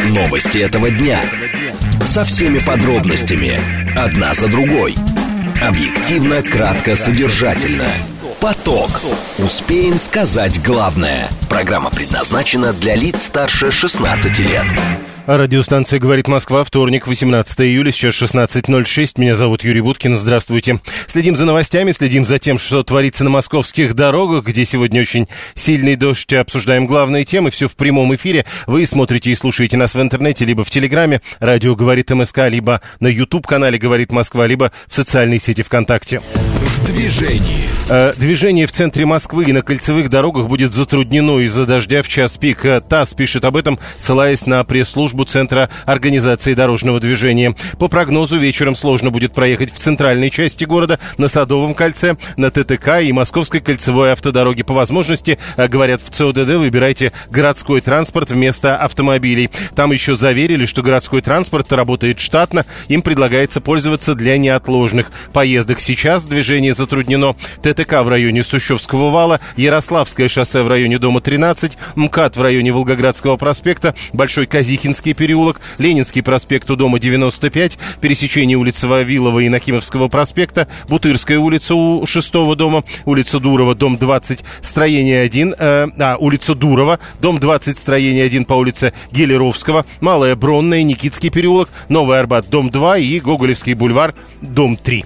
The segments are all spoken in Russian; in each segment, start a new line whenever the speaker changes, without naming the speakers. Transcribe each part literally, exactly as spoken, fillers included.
Новости этого дня. Со всеми подробностями. Одна за другой. Объективно, кратко, содержательно. Поток. Успеем сказать главное. Программа предназначена для лиц старше шестнадцати лет.
Радиостанция «Говорит Москва», вторник, восемнадцатое июля, сейчас шестнадцать ноль шесть. Меня зовут Юрий Буткин, здравствуйте. Следим за новостями, следим за тем, что творится на московских дорогах, где сегодня очень сильный дождь, обсуждаем главные темы, все в прямом эфире. Вы смотрите и слушаете нас в интернете, либо в Телеграме, радио «Говорит МСК», либо на YouTube-канале «Говорит Москва», либо в социальной сети ВКонтакте.
В движении.
Э, движение в центре Москвы и на кольцевых дорогах будет затруднено из-за дождя в час пик. ТАСС пишет об этом, ссылаясь на пресс-службу Центра организации дорожного движения. По прогнозу, вечером сложно будет проехать в центральной части города, на Садовом кольце, на ТТК и Московской кольцевой автодороге. По возможности, говорят в ЦОДД, выбирайте городской транспорт вместо автомобилей. Там еще заверили, что городской транспорт работает штатно, им предлагается пользоваться для неотложных поездок. Сейчас движение затруднено. ТТК в районе Сущевского вала, Ярославское шоссе в районе дома тринадцать, МКАД в районе Волгоградского проспекта, Большой Казихинский переулок, Ленинский проспект у дома девяносто пять, пересечение улицы Вавилова и Нахимовского проспекта, Бутырская улица у шестого дома, улица Дурова, дом двадцать, строение один, э, а, улица Дурова, дом двадцать, строение один по улице Гелеровского, Малая Бронная, Никитский переулок, Новый Арбат, дом два и Гоголевский бульвар, дом три.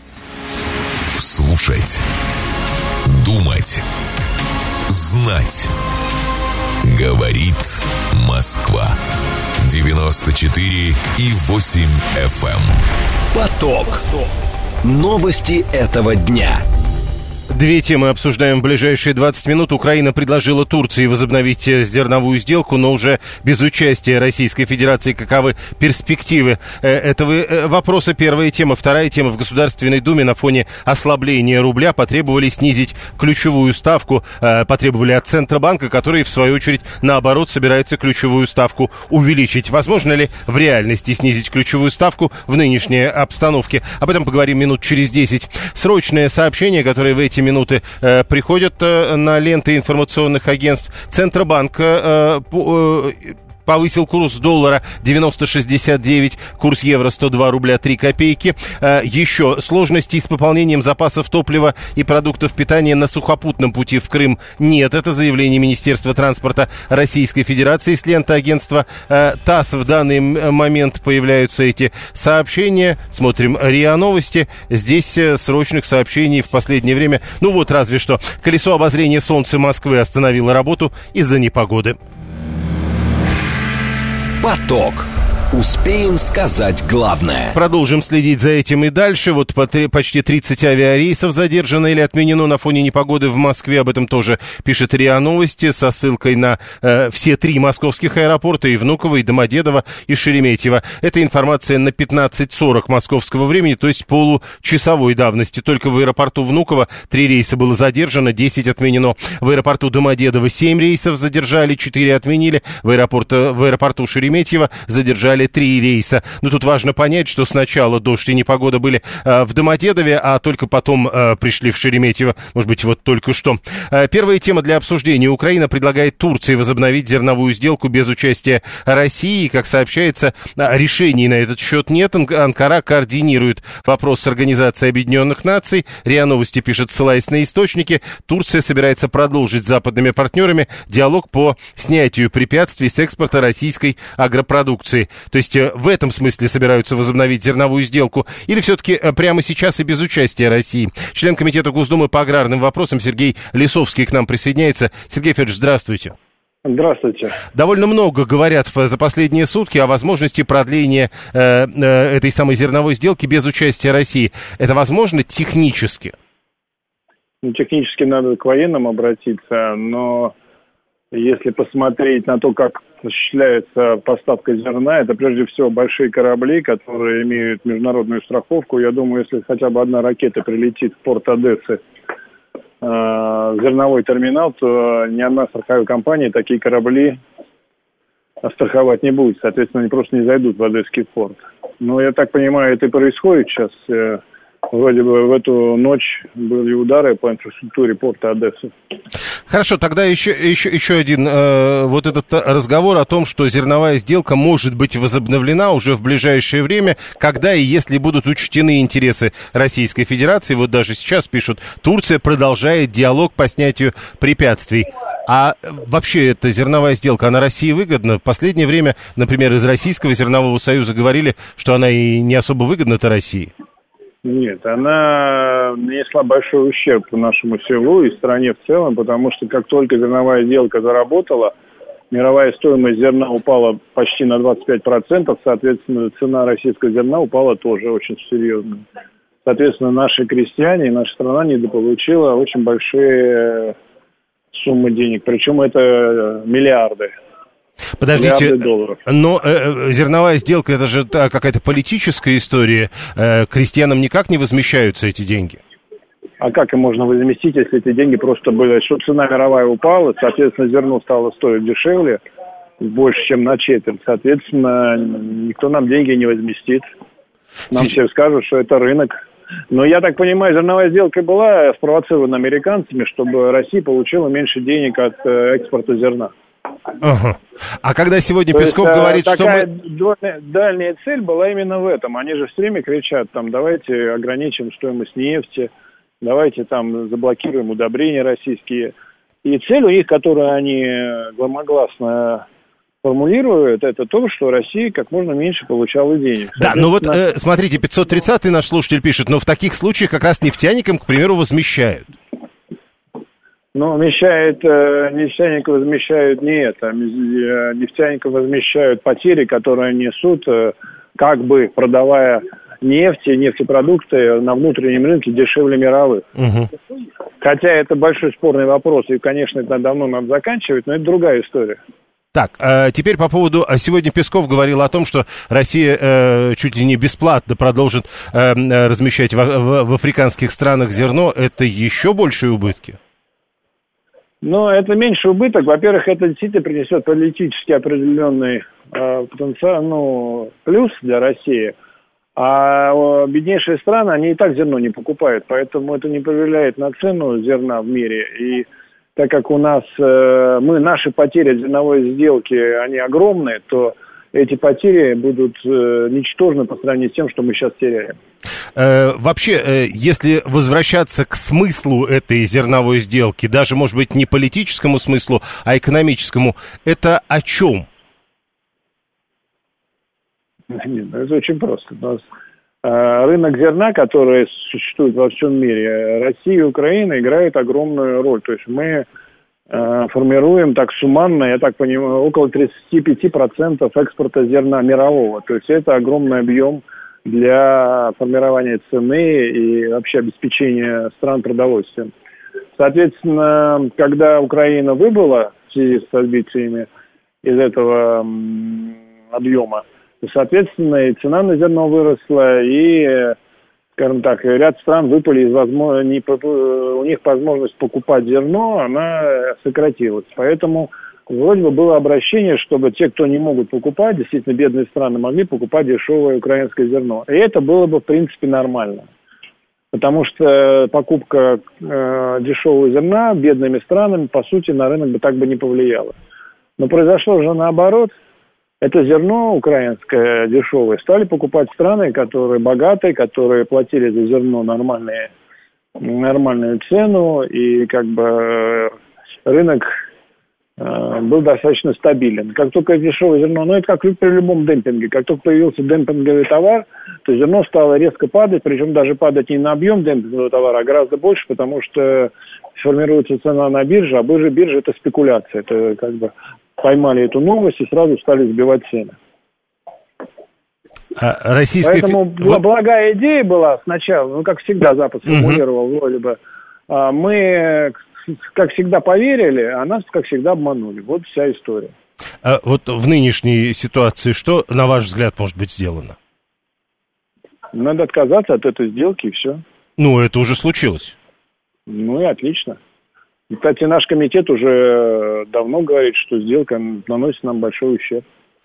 Слушать, думать, знать. Говорит Москва. девяносто четыре и восемь эф эм. Поток. Новости этого дня.
Две темы обсуждаем в ближайшие двадцать минут. Украина предложила Турции возобновить зерновую сделку, но уже без участия Российской Федерации. Каковы перспективы этого вопроса? Первая тема. Вторая тема. В Государственной Думе на фоне ослабления рубля потребовали снизить ключевую ставку. Потребовали от Центробанка, который, в свою очередь, наоборот, собирается ключевую ставку увеличить. Возможно ли в реальности снизить ключевую ставку в нынешней обстановке? Об этом поговорим минут через десять. Срочное сообщение, которое в эти минуты э, приходят э, на ленты информационных агентств. Центробанк э, э, повысил курс доллара девяносто шестьдесят девять, курс евро сто два рубля три копейки. Э, еще сложностей с пополнением запасов топлива и продуктов питания на сухопутном пути в Крым нет. Это заявление Министерства транспорта Российской Федерации с ленты агентства э, ТАСС. В данный момент появляются эти сообщения. Смотрим РИА Новости. Здесь э, срочных сообщений в последнее время, ну вот разве что. Колесо обозрения солнца Москвы остановило работу из-за непогоды.
Поток. Успеем сказать главное.
Продолжим следить за этим и дальше. Вот почти тридцать авиарейсов задержано или отменено на фоне непогоды в Москве. Об этом тоже пишет РИА Новости со ссылкой на э, все три московских аэропорта: и Внуково, и Домодедово, и Шереметьево. Это информация на пятнадцать сорок московского времени, то есть получасовой давности. Только в аэропорту Внуково три рейса было задержано, десять отменено. В аэропорту Домодедово семь рейсов задержали, четыре отменили. В аэропорту, в аэропорту Шереметьево задержали три рейса. Но тут важно понять, что сначала дождь и непогода были э, в Домодедове, а только потом э, пришли в Шереметьево. Может быть, вот только что. Э, первая тема для обсуждения. Украина предлагает Турции возобновить зерновую сделку без участия России. Как сообщается, решений на этот счет нет. Анкара координирует вопрос с Организацией Объединенных Наций. РИА Новости пишет, ссылаясь на источники, Турция собирается продолжить с западными партнерами диалог по снятию препятствий с экспорта российской агропродукции. То есть в этом смысле собираются возобновить зерновую сделку? Или все-таки прямо сейчас и без участия России? Член Комитета Госдумы по аграрным вопросам Сергей Лисовский к нам присоединяется. Сергей Федорович, здравствуйте.
Здравствуйте.
Довольно много говорят за последние сутки о возможности продления э, э, этой самой зерновой сделки без участия России. Это возможно технически?
Ну, технически надо к военным обратиться, но если посмотреть на то, как осуществляется поставка зерна, это прежде всего большие корабли, которые имеют международную страховку. Я думаю, если хотя бы одна ракета прилетит в порт Одессы, зерновой терминал, то ни одна страховая компания такие корабли страховать не будет. Соответственно, они просто не зайдут в Одесский порт. Но я так понимаю, это и происходит сейчас. Вроде бы в эту ночь были удары по инфраструктуре порта Одессы.
Хорошо, тогда еще, еще, еще один э, вот этот разговор о том, что зерновая сделка может быть возобновлена уже в ближайшее время, когда и если будут учтены интересы Российской Федерации. Вот даже сейчас пишут, Турция продолжает диалог по снятию препятствий. А вообще эта зерновая сделка, она России выгодна? В последнее время, например, из Российского зернового союза говорили, что она и не особо выгодна-то России.
Нет, она нанесла большой ущерб нашему селу и стране в целом, потому что как только зерновая сделка заработала, мировая стоимость зерна упала почти на двадцать пять процентов, соответственно, цена российского зерна упала тоже очень серьезно. Соответственно, наши крестьяне и наша страна недополучила очень большие суммы денег, причем это миллиарды.
Подождите, но э, зерновая сделка, это же та, какая-то политическая история. Э, крестьянам никак не возмещаются эти деньги?
А как им можно возместить, если эти деньги просто были, что цена мировая упала, соответственно, зерно стало стоить дешевле, больше, чем на четверть. Соответственно, никто нам деньги не возместит. Нам Сейчас... все скажут, что это рынок. Но я так понимаю, зерновая сделка была спровоцирована американцами, чтобы Россия получила меньше денег от экспорта зерна.
Ага. А когда сегодня
То
Песков
есть,
говорит,
такая
что мы...
Дальняя, дальняя цель была именно в этом. Они же все время кричат, там, давайте ограничим стоимость нефти, давайте там заблокируем удобрения российские. И цель у них, которую они громогласно формулируют, это то, что Россия как можно меньше получала денег.
Да, ну вот, э, смотрите, пятьсот тридцатый наш слушатель пишет, но в таких случаях как раз нефтяникам, к примеру, возмещают.
Ну, вмещает, э, нефтяникам возмещают не это, нефтяникам возмещают потери, которые они несут, э, как бы продавая нефть и нефтепродукты на внутреннем рынке дешевле мировых. Угу. Хотя это большой спорный вопрос, и, конечно, это давно надо заканчивать, но это другая история.
Так, э, теперь по поводу... Сегодня Песков говорил о том, что Россия э, чуть ли не бесплатно продолжит э, размещать в, в, в африканских странах зерно. Это еще большие убытки?
Ну, это меньше убыток. Во-первых, это действительно принесет политически определенный э, потенциал, ну, плюс для России. А беднейшие страны, они и так зерно не покупают, поэтому это не повлияет на цену зерна в мире. И так как у нас, э, мы, наши потери от зерновой сделки, они огромные, то эти потери будут э, ничтожны по сравнению с тем, что мы сейчас теряем.
Э, вообще, э, если возвращаться к смыслу этой зерновой сделки, даже, может быть, не политическому смыслу, а экономическому, это о чем?
Нет, это очень просто. У нас э, рынок зерна, который существует во всем мире, Россия и Украина играют огромную роль. То есть мы э, формируем так суммарно, я так понимаю, около тридцать пять процентов экспорта зерна мирового. То есть это огромный объем для формирования цены и вообще обеспечения стран продовольствием. Соответственно, когда Украина выбыла в связи с событиями из этого м, объема, соответственно, и цена на зерно выросла, и, скажем так, ряд стран выпали из возможности, у них возможность покупать зерно, она сократилась. Поэтому вроде бы было обращение, чтобы те, кто не могут покупать, действительно бедные страны, могли покупать дешевое украинское зерно. И это было бы, в принципе, нормально. Потому что покупка э, дешевого зерна бедными странами, по сути, на рынок бы так бы не повлияла. Но произошло же наоборот. Это зерно украинское дешевое стали покупать страны, которые богатые, которые платили за зерно нормальные, нормальную цену, и как бы рынок э, был достаточно стабилен. Как только дешевое зерно, ну это как при любом демпинге, как только появился демпинговый товар, то зерно стало резко падать, причем даже падать не на объем демпингового товара, а гораздо больше, потому что формируется цена на бирже, а биржа, биржа это спекуляция, это как бы поймали эту новость и сразу стали сбивать цены.
А российская...
Поэтому вот... благая идея была сначала, ну, как всегда Запад сформулировал, угу. вроде бы, а мы, как всегда, поверили, а нас, как всегда, обманули. Вот вся история.
А вот в нынешней ситуации что, на ваш взгляд, может быть сделано?
Надо отказаться от этой сделки, и все.
Ну, это уже случилось.
Ну, и отлично. Кстати, наш комитет уже давно говорит, что сделка наносит нам большой ущерб.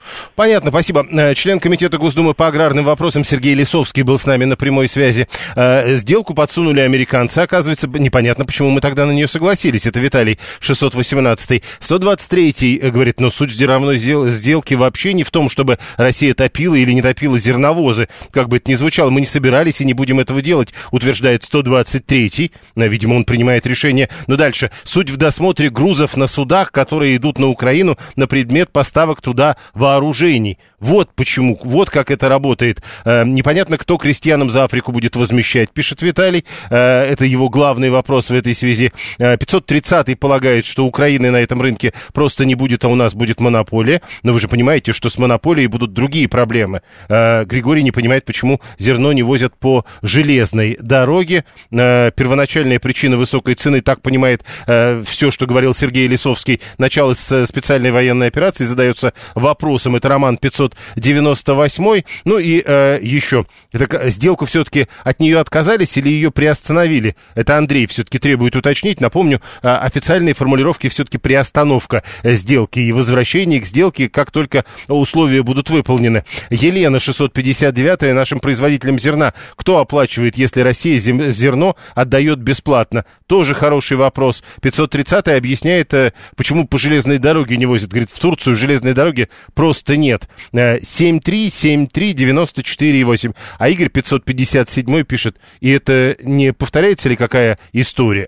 Понятно, спасибо. Член комитета Госдумы по аграрным вопросам Сергей Лисовский был с нами на прямой связи. Сделку подсунули американцы. Оказывается, непонятно, почему мы тогда на нее согласились. Это Виталий шестьсот восемнадцатый. сто двадцать третий говорит, но суть зерновой сделки вообще не в том, чтобы Россия топила или не топила зерновозы. Как бы это ни звучало, мы не собирались и не будем этого делать, утверждает сто двадцать третий. Видимо, он принимает решение. Но дальше. Суть в досмотре грузов на судах, которые идут на Украину на предмет поставок туда вооружений. вооружений. Вот почему, вот как это работает. Э, непонятно, кто крестьянам за Африку будет возмещать, пишет Виталий. Э, это его главный вопрос в этой связи. Э, пятьсот тридцатый полагает, что Украины на этом рынке просто не будет, а у нас будет монополия. Но вы же понимаете, что с монополией будут другие проблемы. Э, Григорий не понимает, почему зерно не возят по железной дороге. Э, первоначальная причина высокой цены, так понимает э, все, что говорил Сергей Лисовский, начало с специальной военной операции, задается вопрос. Это роман пятьсот девяносто восемь. Ну и э, еще. Это, сделку все-таки от нее отказались или ее приостановили? Это Андрей все-таки требует уточнить. Напомню, э, официальные формулировки все-таки приостановка сделки и возвращение к сделке, как только условия будут выполнены. Елена шестьсот пятьдесят девятая. Нашим производителям зерна кто оплачивает, если Россия зем- зерно отдает бесплатно? Тоже хороший вопрос. пятьсот тридцатый объясняет, э, почему по железной дороге не возят. Говорит, в Турцию железной дороги просто нет. семь три семь три девяносто четыре восемь. А Игорь пятьсот пятьдесят семь пишет, и это не повторяется ли какая история?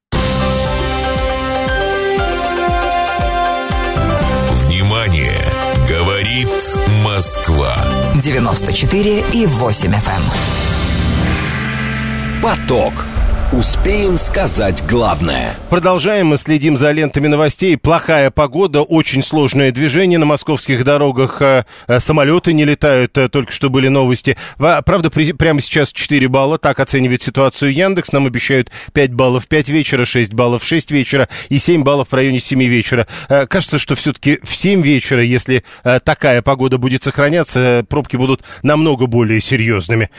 Внимание! Говорит Москва.
девяносто четыре и восемь эф эм.
Поток. Успеем сказать главное.
Продолжаем, мы следим за лентами новостей. Плохая погода, очень сложное движение на московских дорогах. Самолеты не летают, только что были новости. Правда, прямо сейчас четыре балла, так оценивает ситуацию Яндекс. Нам обещают пять баллов в пять вечера, шесть баллов в шесть вечера и семь баллов в районе семи вечера. Кажется, что все-таки в семь вечера, если такая погода будет сохраняться, пробки будут намного более серьезными.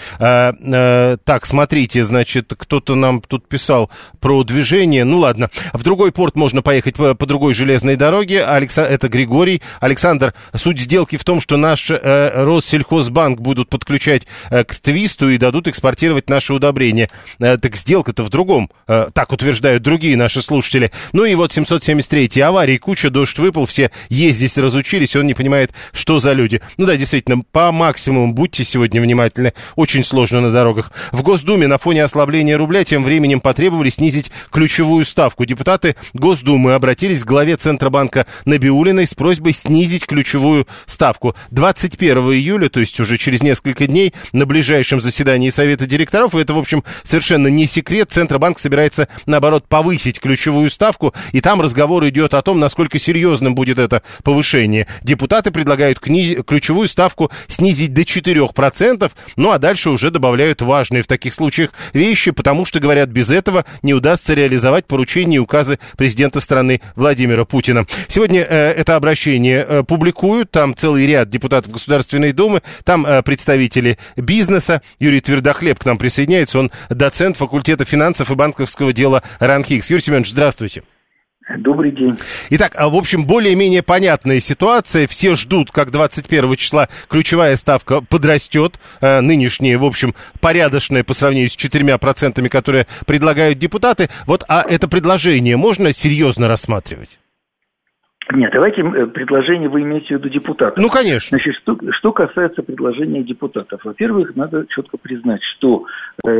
Так, смотрите, значит, кто-то нам тут писал про движение. Ну ладно, в другой порт можно поехать по, по другой железной дороге. Алекса... Это Григорий. Александр, суть сделки в том, что наш э, Россельхозбанк будут подключать э, к Твисту и дадут экспортировать наши удобрения. Э, так сделка-то в другом. Э, так утверждают другие наши слушатели. Ну и вот семьсот семьдесят третий. Аварии куча, дождь выпал, все ездить разучились, он не понимает, что за люди. Ну да, действительно, по максимуму будьте сегодня внимательны. Очень сложно на дорогах. В Госдуме на фоне ослабления рубля тем временем потребовали снизить ключевую ставку. Депутаты Госдумы обратились к главе Центробанка Набиуллиной с просьбой снизить ключевую ставку. двадцать первого июля, то есть уже через несколько дней, на ближайшем заседании Совета директоров, и это, в общем, совершенно не секрет, Центробанк собирается, наоборот, повысить ключевую ставку, и там разговор идет о том, насколько серьезным будет это повышение. Депутаты предлагают кни- ключевую ставку снизить до четырех процентов, ну а дальше уже добавляют важные в таких случаях вещи, потому что, говорят, без этого не удастся реализовать поручения и указы президента страны Владимира Путина. Сегодня э, это обращение э, публикуют, там целый ряд депутатов Государственной Думы, там э, представители бизнеса. Юрий Твердохлеб к нам присоединяется, он доцент факультета финансов и банковского дела РАНХИКС. Юрий Семенович, здравствуйте.
Добрый день.
Итак, в общем, более-менее понятная ситуация. Все ждут, как двадцать первого числа ключевая ставка подрастет. Э, нынешняя, в общем, порядочная по сравнению с четырьмя процентами, которые предлагают депутаты. Вот, а это предложение можно серьезно рассматривать?
Нет, давайте предложение вы имеете в виду депутатов.
Ну, конечно.
Значит, что, что касается предложения депутатов. Во-первых, надо четко признать, что э,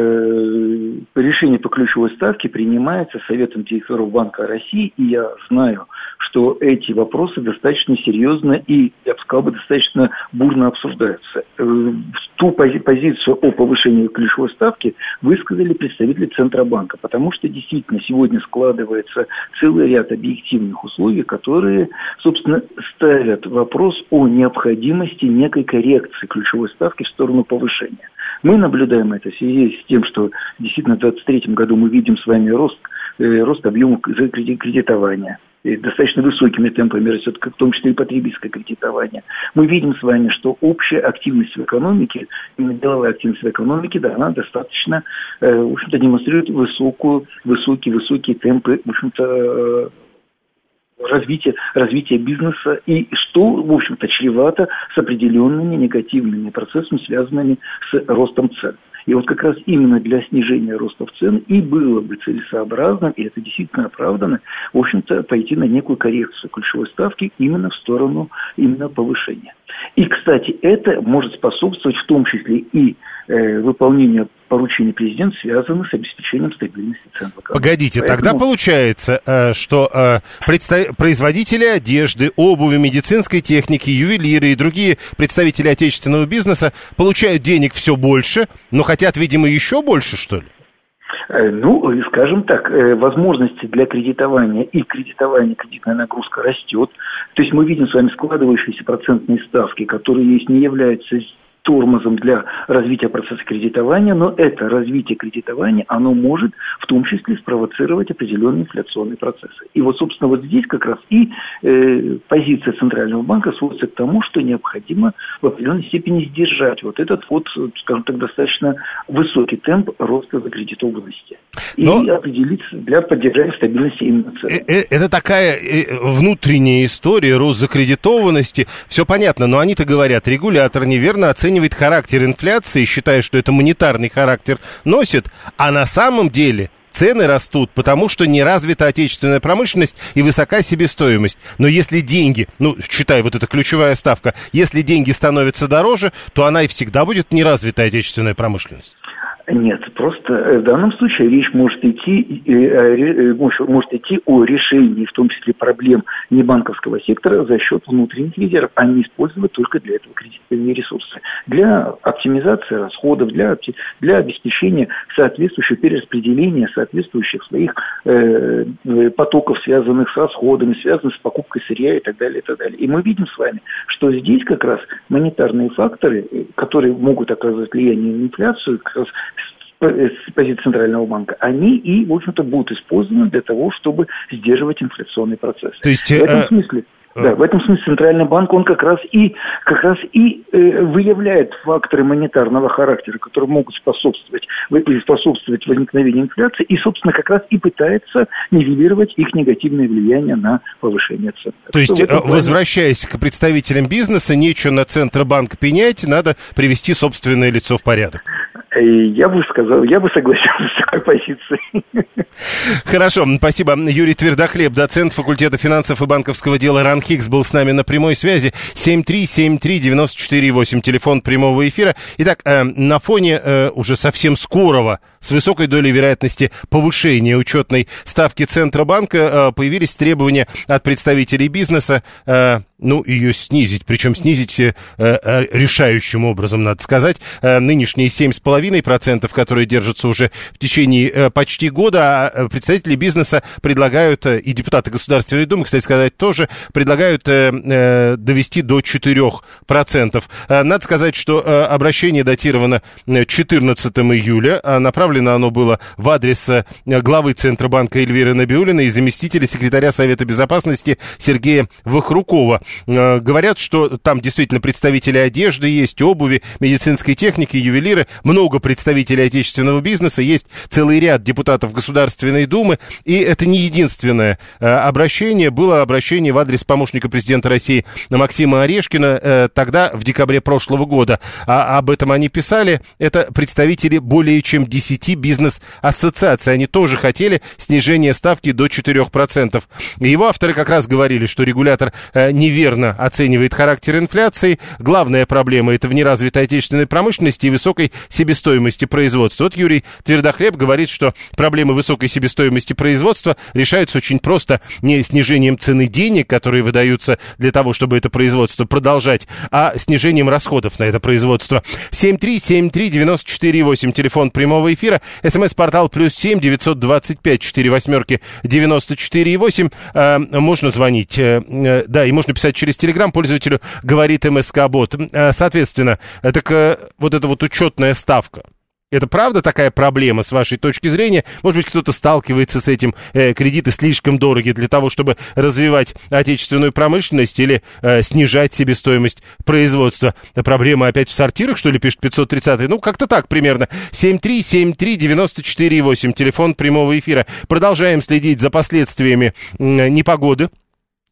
решение по ключевой ставке принимается Советом директоров Банка России, и я знаю, что эти вопросы достаточно серьезно и, я бы сказал, достаточно бурно обсуждаются. Э, ту пози- позицию о повышении ключевой ставки высказали представители Центробанка, потому что действительно сегодня складывается целый ряд объективных условий, которые, собственно, ставят вопрос о необходимости некой коррекции ключевой ставки в сторону повышения. Мы наблюдаем это в связи с тем, что действительно в две тысячи двадцать третьем году мы видим с вами рост, э, рост объемов кредитования. И достаточно высокими темпами растет, в том числе и потребительское кредитование. Мы видим с вами, что общая активность в экономике, именно деловая активность в экономике, да, она достаточно, э, в общем-то, демонстрирует высокую, высокие, высокие темпы, в общем-то, э, развития, развития бизнеса, и что, в общем-то, чревато с определенными негативными процессами, связанными с ростом цен. И вот как раз именно для снижения роста цен и было бы целесообразно, и это действительно оправдано, в общем-то, пойти на некую коррекцию ключевой ставки именно в сторону именно повышения. И, кстати, это может способствовать в том числе и э, выполнению поручений президента, связанных с обеспечением стабильности цен.
Погодите,
Поэтому...
тогда получается, э, что э, представ... производители одежды, обуви, медицинской техники, ювелиры и другие представители отечественного бизнеса получают денег все больше, но хотят, видимо, еще больше, что ли?
Ну, скажем так, возможности для кредитования и кредитования, кредитная нагрузка растет. То есть мы видим с вами складывающиеся процентные ставки, которые есть, не являются тормозом для развития процесса кредитования, но это развитие кредитования, оно может в том числе спровоцировать определенные инфляционные процессы. И вот, собственно, вот здесь как раз и э, позиция Центрального банка сводится к тому, что необходимо в определенной степени сдержать вот этот вот, скажем так, достаточно высокий темп роста закредитованности. И но... определиться для поддержания стабильности именно цен.
Это такая внутренняя история, рост закредитованности, все понятно, но они-то говорят, регулятор неверно оценивает характер инфляции, считая, что это монетарный характер носит, а на самом деле цены растут, потому что не развита отечественная промышленность и высока себестоимость. Но если деньги, ну, считай, вот эта ключевая ставка, если деньги становятся дороже, то она и всегда будет неразвитая отечественная промышленность.
Нет, просто в данном случае речь может идти, может идти о решении, в том числе проблем небанковского сектора за счет внутренних резервов, а не использовать только для этого кредитные ресурсы. Для оптимизации расходов, для, для обеспечения соответствующего перераспределения соответствующих своих э, потоков, связанных с расходами, связанных с покупкой сырья и так далее, и так далее. И мы видим с вами, что здесь как раз монетарные факторы, которые могут оказывать влияние на инфляцию, как раз с позиции Центрального банка, они и, в общем-то, будут использованы для того, чтобы сдерживать инфляционный процесс. То есть, в этом э... смысле... Да, в этом смысле Центральный банк, он как раз и, как раз и э, выявляет факторы монетарного характера, которые могут способствовать, способствовать возникновению инфляции, и, собственно, как раз и пытается нивелировать их негативное влияние на повышение цен.
То есть, плане... возвращаясь к представителям бизнеса, нечего на Центробанк пенять, надо привести собственное лицо в порядок.
Я бы сказал, я бы согласился с такой позицией.
Хорошо, спасибо. Юрий Твердохлеб, доцент факультета финансов и банковского дела РАНХИКС, был с нами на прямой связи. семь три семь три девять четыре восемь, телефон прямого эфира. Итак, э, на фоне э, уже совсем скорого, с высокой долей вероятности повышения учетной ставки Центробанка, э, появились требования от представителей бизнеса, э, ну, ее снизить, причем снизить э, э, решающим образом, надо сказать. Э, нынешние семь целых пять десятых процента, которые держатся уже в течение э, почти года, а представители бизнеса предлагают, э, и депутаты Государственной Думы, кстати сказать, тоже предлагают э, э, довести до четырех процентов. Э, надо сказать, что э, обращение датировано четырнадцатого июля, а направлено оно было в адрес э, главы Центробанка Эльвиры Набиуллиной и заместителя секретаря Совета Безопасности Сергея Вахрукова. Э, говорят, что там действительно представители одежды есть, обуви, медицинской техники, ювелиры, много представителей отечественного бизнеса, есть целый ряд депутатов Государственной Думы, и это не единственное э, обращение, было обращение в адрес помощника президента России Максима Орешкина, э, тогда, в декабре прошлого года. А об этом они писали, это представители более чем десяти бизнес-ассоциаций, они тоже хотели снижение ставки до четырех процентов. Его авторы как раз говорили, что регулятор э, неверно оценивает характер инфляции, главная проблема это в неразвитой отечественной промышленности и высокой себестоимости производства. Вот Юрий Твердохлеб говорит, что проблемы высокой себестоимости производства решаются очень просто не снижением цены денег, которые выдаются для того, чтобы это производство продолжать, а снижением расходов на это производство. семь три семь три девять четыре восемь, телефон прямого эфира, смс-портал плюс семь девятьсот двадцать пять четыре восьмерки девяносто четыре восемь. Э, можно звонить, э, э, да, и можно писать через Телеграм пользователю «Говорит МСК-бот». Э, соответственно, так э, вот эта вот учетная ставка. Это правда такая проблема с вашей точки зрения? Может быть, кто-то сталкивается с этим, э, кредиты слишком дороги для того, чтобы развивать отечественную промышленность или э, снижать себестоимость производства. Проблема опять в сортирах, что ли, пишет пятьсот тридцатый? Ну, как-то так примерно. семь три семь три девять четыре восемь, телефон прямого эфира. Продолжаем следить за последствиями э, непогоды.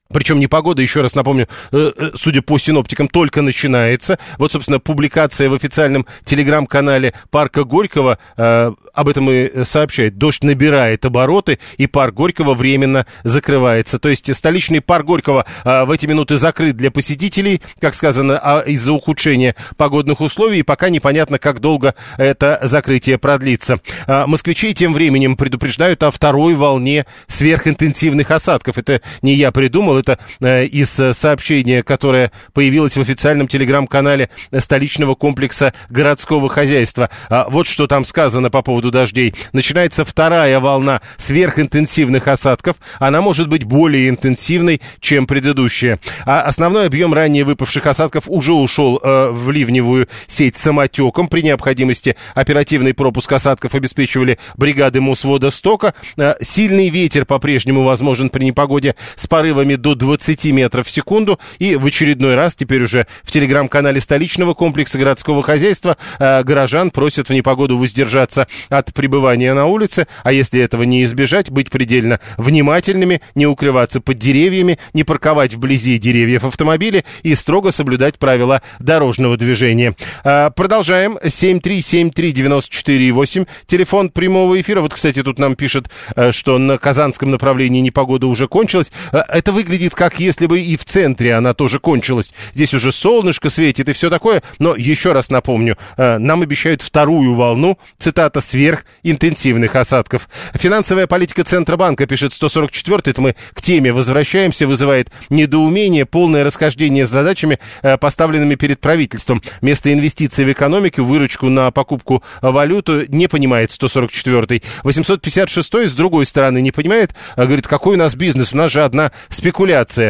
Причем непогода, еще раз напомню, судя по синоптикам, только начинается. Вот, собственно, публикация в официальном телеграм-канале парка Горького э, об этом и сообщает. Дождь набирает обороты, и парк Горького временно закрывается. То есть столичный парк Горького э, в эти минуты закрыт для посетителей, как сказано, а из-за ухудшения погодных условий. И пока непонятно, как долго это закрытие продлится. А москвичей тем временем предупреждают о второй волне сверхинтенсивных осадков. Это не я придумал. Это э, из сообщения, которое появилось в официальном телеграм-канале столичного комплекса городского хозяйства. А вот что там сказано по поводу дождей. Начинается вторая волна сверхинтенсивных осадков. Она может быть более интенсивной, чем предыдущая. А основной объем ранее выпавших осадков уже ушел э, в ливневую сеть самотеком. При необходимости оперативный пропуск осадков обеспечивали бригады Мосводостока. Э, сильный ветер по-прежнему возможен при непогоде с порывами до двадцати метров в секунду. И в очередной раз, теперь уже в телеграм-канале столичного комплекса городского хозяйства, э, горожан просят в непогоду воздержаться от пребывания на улице, а если этого не избежать, быть предельно внимательными, не укрываться под деревьями, не парковать вблизи деревьев автомобили и строго соблюдать правила дорожного движения. Э, продолжаем. семь три семь три девять четыре восемь. Телефон прямого эфира. Вот, кстати, тут нам пишут, э, что на Казанском направлении непогода уже кончилась. Э, это выглядит как если бы и в центре она тоже кончилась. Здесь уже солнышко светит и все такое, но еще раз напомню, э, нам обещают вторую волну, цитата, сверхинтенсивных осадков. Финансовая политика Центробанка, пишет сто сорок четвёртый, это мы к теме возвращаемся, вызывает недоумение, полное расхождение с задачами, э, поставленными перед правительством. Вместо инвестиций в экономику, выручку на покупку валюту не понимает сто сорок четвёртый. восемьсот пятьдесят шестой, с другой стороны, не понимает, а говорит, какой у нас бизнес, у нас же одна спекуляция.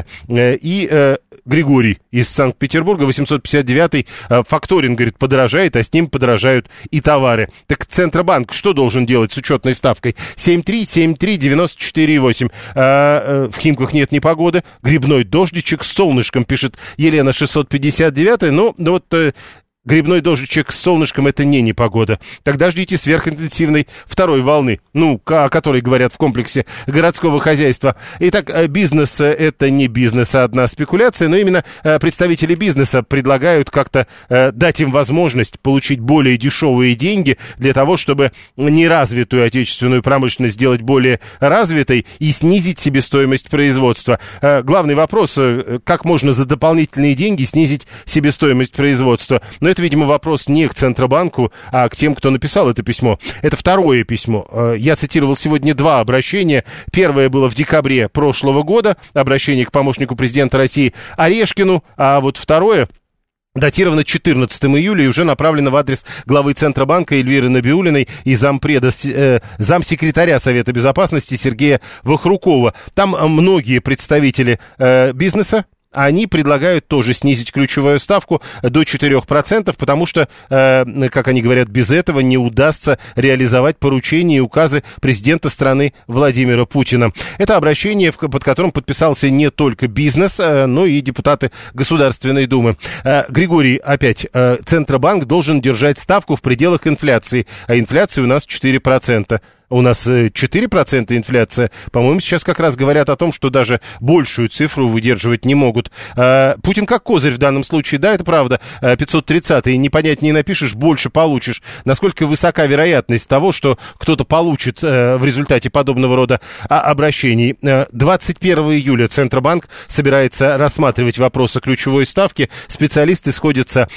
И э, Григорий из Санкт-Петербурга, восемьсот пятьдесят девятый, э, факторинг, говорит, подорожает, а с ним подорожают и товары. Так Центробанк что должен делать с учетной ставкой? семь три семь три девять четыре восемь. Э, э, в Химках нет непогоды, грибной дождичек с солнышком, пишет Елена шестьсот пятьдесят девятый. Ну, вот... Э, Грибной дождичек с солнышком — это не непогода. Тогда ждите сверхинтенсивной второй волны, ну, о которой говорят в комплексе городского хозяйства. Итак, бизнес — это не бизнес, а одна спекуляция, но именно представители бизнеса предлагают как-то дать им возможность получить более дешевые деньги для того, чтобы неразвитую отечественную промышленность сделать более развитой и снизить себестоимость производства. Главный вопрос — как можно за дополнительные деньги снизить себестоимость производства? Но это, видимо, вопрос не к Центробанку, а к тем, кто написал это письмо. Это второе письмо. Я цитировал сегодня два обращения. Первое было в декабре прошлого года, обращение к помощнику президента России Орешкину, а вот второе датировано четырнадцатого июля и уже направлено в адрес главы Центробанка Эльвиры Набиуллиной и зампреда, э, замсекретаря Совета Безопасности Сергея Вахрукова. Там многие представители э, бизнеса, они предлагают тоже снизить ключевую ставку до четырех процентов, потому что, э, как они говорят, без этого не удастся реализовать поручения и указы президента страны Владимира Путина. Это обращение, под которым подписался не только бизнес, э, но и депутаты Государственной Думы. Э, Григорий, опять, э, Центробанк должен держать ставку в пределах инфляции, а инфляция у нас четыре процента. У нас четыре процента инфляция. По-моему, сейчас как раз говорят о том, что даже большую цифру выдерживать не могут. Путин как козырь в данном случае, да, это правда. пятьсот тридцатый, не понять не напишешь, больше получишь. Насколько высока вероятность того, что кто-то получит в результате подобного рода обращений. двадцать первого июля Центробанк собирается рассматривать вопросы ключевой ставки. Специалисты сходятся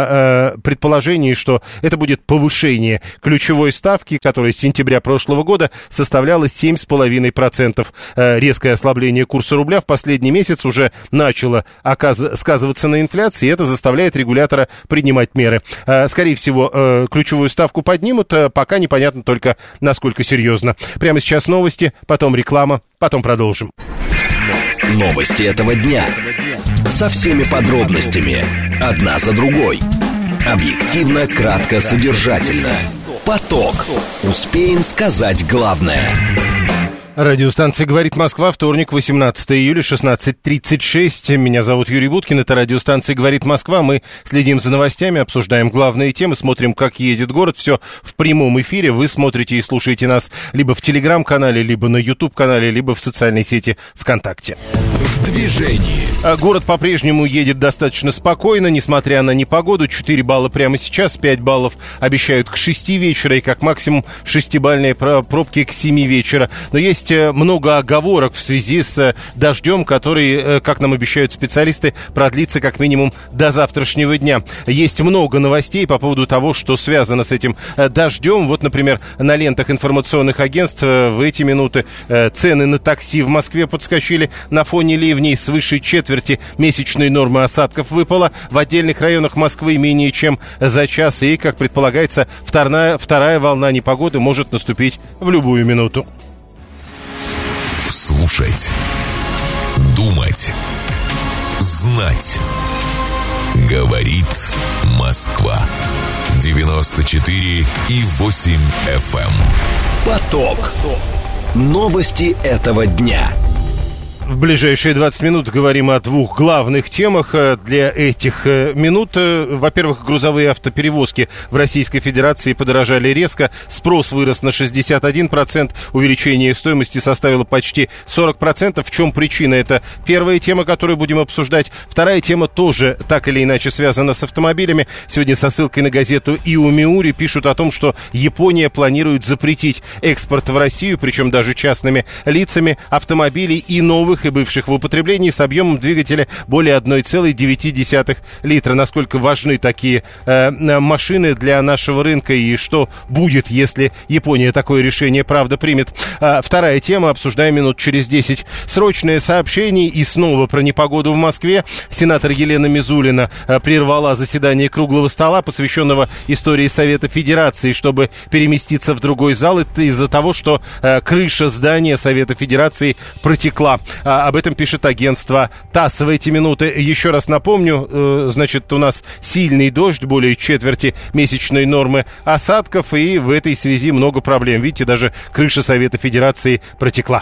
на предположении, что это будет повышение ключевой ставки, которая с сентября прошлого прошлого года составляла семь целых пять десятых процента. Резкое ослабление курса рубля в последний месяц уже начало оказ- сказываться на инфляции, и это заставляет регулятора принимать меры. Скорее всего, ключевую ставку поднимут, пока непонятно только, насколько серьезно. Прямо сейчас новости, потом реклама, потом продолжим.
Новости этого дня. Со всеми подробностями. Одна за другой. Объективно, кратко, содержательно. Поток. Успеем сказать главное.
Радиостанция «Говорит Москва», вторник, восемнадцатое июля, шестнадцать тридцать шесть. Меня зовут Юрий Буткин, это радиостанция «Говорит Москва». Мы следим за новостями, обсуждаем главные темы, смотрим, как едет город. Все в прямом эфире. Вы смотрите и слушаете нас либо в Телеграм-канале, либо на Ютуб-канале, либо в социальной сети ВКонтакте.
В движении.
Город по-прежнему едет достаточно спокойно, несмотря на непогоду. четыре балла прямо сейчас, пять баллов обещают к шести вечера и как максимум шестибалльные пробки к семи вечера. Но есть много оговорок в связи с дождем, который, как нам обещают специалисты, продлится как минимум до завтрашнего дня. Есть много новостей по поводу того, что связано с этим дождем. Вот, например, на лентах информационных агентств в эти минуты цены на такси в Москве подскочили на фоне ливней. Свыше четверти месячной нормы осадков выпало в отдельных районах Москвы менее чем за час. И, как предполагается, вторая, вторая волна непогоды может наступить в любую минуту.
Слушать, думать, знать. Говорит Москва. девяносто четыре и восемь эф эм. Поток. Новости этого дня.
В ближайшие двадцать минут говорим о двух главных темах для этих минут. Во-первых, грузовые автоперевозки в Российской Федерации подорожали резко. Спрос вырос на шестьдесят один процент. Увеличение стоимости составило почти сорок процентов. В чем причина? Это первая тема, которую будем обсуждать. Вторая тема тоже так или иначе связана с автомобилями. Сегодня со ссылкой на газету Иомиури пишут о том, что Япония планирует запретить экспорт в Россию, причем даже частными лицами, автомобилей и новых и бывших в употреблении с объемом двигателя более одна целая девять десятых литра. Насколько важны такие э, машины для нашего рынка и что будет, если Япония такое решение, правда, примет. А, вторая тема, обсуждаем минут через десять. Срочное сообщение и снова про непогоду в Москве. Сенатор Елена Мизулина а, прервала заседание круглого стола, посвященного истории Совета Федерации, чтобы переместиться в другой зал. Это из-за того, что а, крыша здания Совета Федерации протекла. Об этом пишет агентство ТАСС в эти минуты. Еще раз напомню, э, значит, у нас сильный дождь, более четверти месячной нормы осадков, и в этой связи много проблем. Видите, даже крыша Совета Федерации протекла.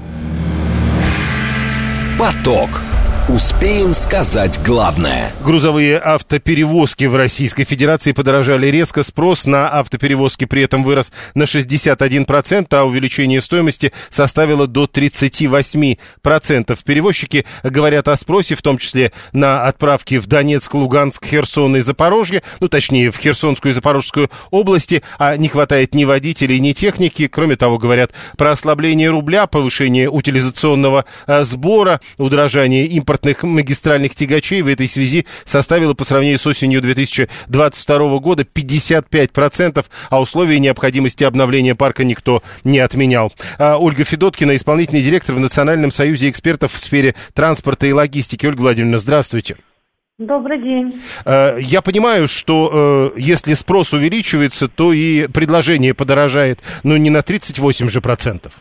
Поток. Успеем сказать главное.
Грузовые автоперевозки в Российской Федерации подорожали резко. Спрос на автоперевозки при этом вырос на шестьдесят один процент, а увеличение стоимости составило до тридцать восемь процентов. Перевозчики говорят о спросе, в том числе на отправки в Донецк, Луганск, Херсон и Запорожье, ну, точнее, в Херсонскую и Запорожскую области, а не хватает ни водителей, ни техники. Кроме того, говорят про ослабление рубля, повышение утилизационного а, сбора, удорожание импортных магистральных тягачей в этой связи составило по сравнению с осенью две тысячи двадцать второго года пятьдесят пять процентов, а условия необходимости обновления парка никто не отменял. А Ольга Федоткина, исполнительный директор в Национальном союзе экспертов в сфере транспорта и логистики. Ольга Владимировна, здравствуйте.
Добрый день.
Я понимаю, что если спрос увеличивается, то и предложение подорожает, но не на тридцать восемь же процентов.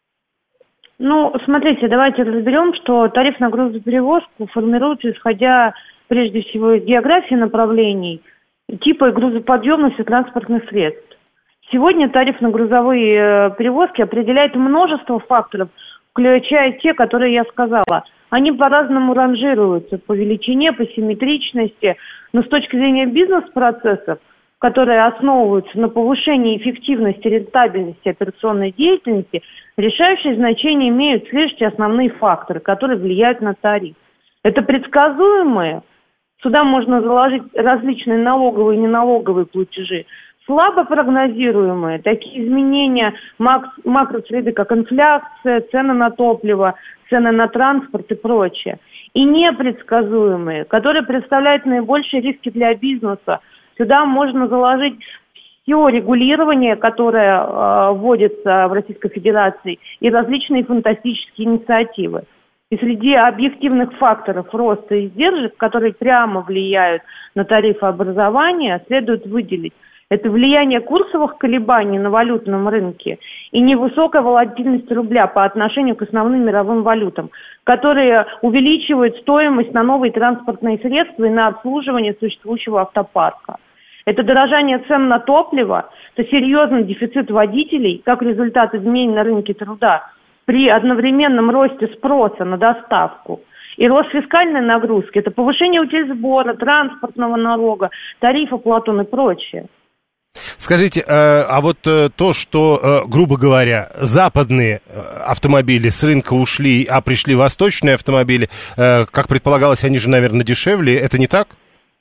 Ну, смотрите, давайте разберем, что тариф на грузоперевозку формируется исходя прежде всего из географии направлений, типа и грузоподъемности транспортных средств. Сегодня тариф на грузовые перевозки определяет множество факторов, включая те, которые я сказала. Они по-разному ранжируются по величине, по симметричности, но с точки зрения бизнес-процессов, которые основываются на повышении эффективности, рентабельности операционной деятельности, решающее значение имеют следующие основные факторы, которые влияют на тариф. Это предсказуемые, сюда можно заложить различные налоговые и неналоговые платежи, слабо прогнозируемые, такие изменения мак- макросреды, как инфляция, цены на топливо, цены на транспорт и прочее, и непредсказуемые, которые представляют наибольшие риски для бизнеса. Сюда можно заложить все регулирование, которое э, вводится в Российской Федерации, и различные фантастические инициативы. И среди объективных факторов роста издержек, которые прямо влияют на тарифообразование, следует выделить это влияние курсовых колебаний на валютном рынке и невысокая волатильность рубля по отношению к основным мировым валютам, которые увеличивают стоимость на новые транспортные средства и на обслуживание существующего автопарка. Это дорожание цен на топливо, это серьезный дефицит водителей, как результат изменений на рынке труда, при одновременном росте спроса на доставку и рост фискальной нагрузки, это повышение утильсбора, транспортного налога, тарифа Платон и прочее.
Скажите, а вот то, что, грубо говоря, западные автомобили с рынка ушли, а пришли восточные автомобили, как предполагалось, они же, наверное, дешевле, это не так?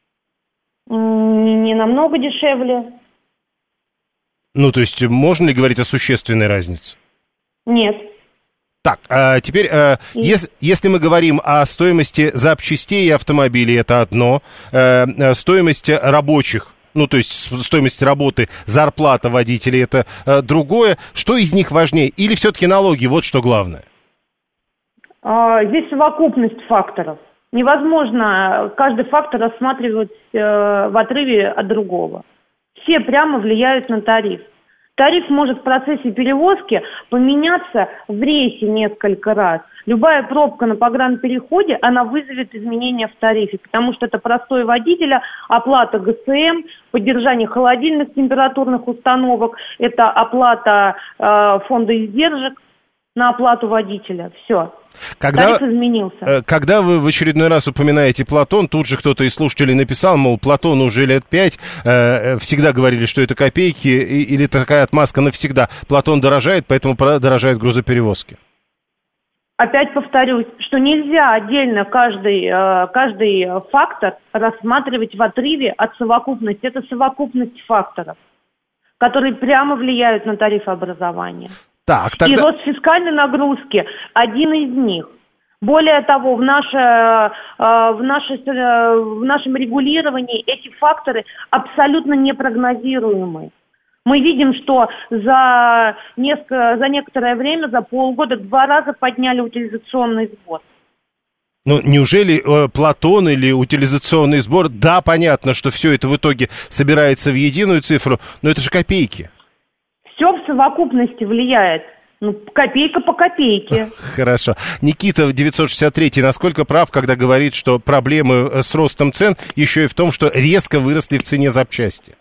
Не намного дешевле.
Ну, то есть, можно ли говорить о существенной разнице?
Нет.
Так, а теперь, а, если, если мы говорим о стоимости запчастей автомобилей, это одно, а, стоимость рабочих, ну, то есть стоимость работы, зарплата водителей, это а, другое. Что из них важнее? Или все-таки налоги? Вот что главное.
А, здесь совокупность факторов. Невозможно каждый фактор рассматривать э, в отрыве от другого. Все прямо влияют на тариф. Тариф может в процессе перевозки поменяться в рейсе несколько раз. Любая пробка на погранпереходе, она вызовет изменения в тарифе, потому что это простой водителя, оплата ГСМ, поддержание холодильных температурных установок, это оплата э, фонда издержек на оплату водителя. Все.
Когда,
тариф изменился.
Когда вы в очередной раз упоминаете Платон, тут же кто-то из слушателей написал, мол, Платон уже лет пять, э, всегда говорили, что это копейки, и, или такая отмазка навсегда. Платон дорожает, поэтому дорожают грузоперевозки.
Опять повторюсь, что нельзя отдельно каждый, э, каждый фактор рассматривать в отрыве от совокупности. Это совокупность факторов, которые прямо влияют на тарифообразование.
Так, тогда...
И рост фискальной нагрузки один из них. Более того, в, наше, в, наше, в нашем регулировании эти факторы абсолютно непрогнозируемы. Мы видим, что за, несколько, за некоторое время, за полгода, два раза подняли утилизационный сбор.
Ну, неужели э, Платон или утилизационный сбор, да, понятно, что все это в итоге собирается в единую цифру, но это же копейки.
Все в совокупности влияет. Ну, копейка по копейке.
Хорошо. Никита девятьсот шестьдесят три, насколько прав, когда говорит, что проблемы с ростом цен еще и в том, что резко выросли в цене запчасти?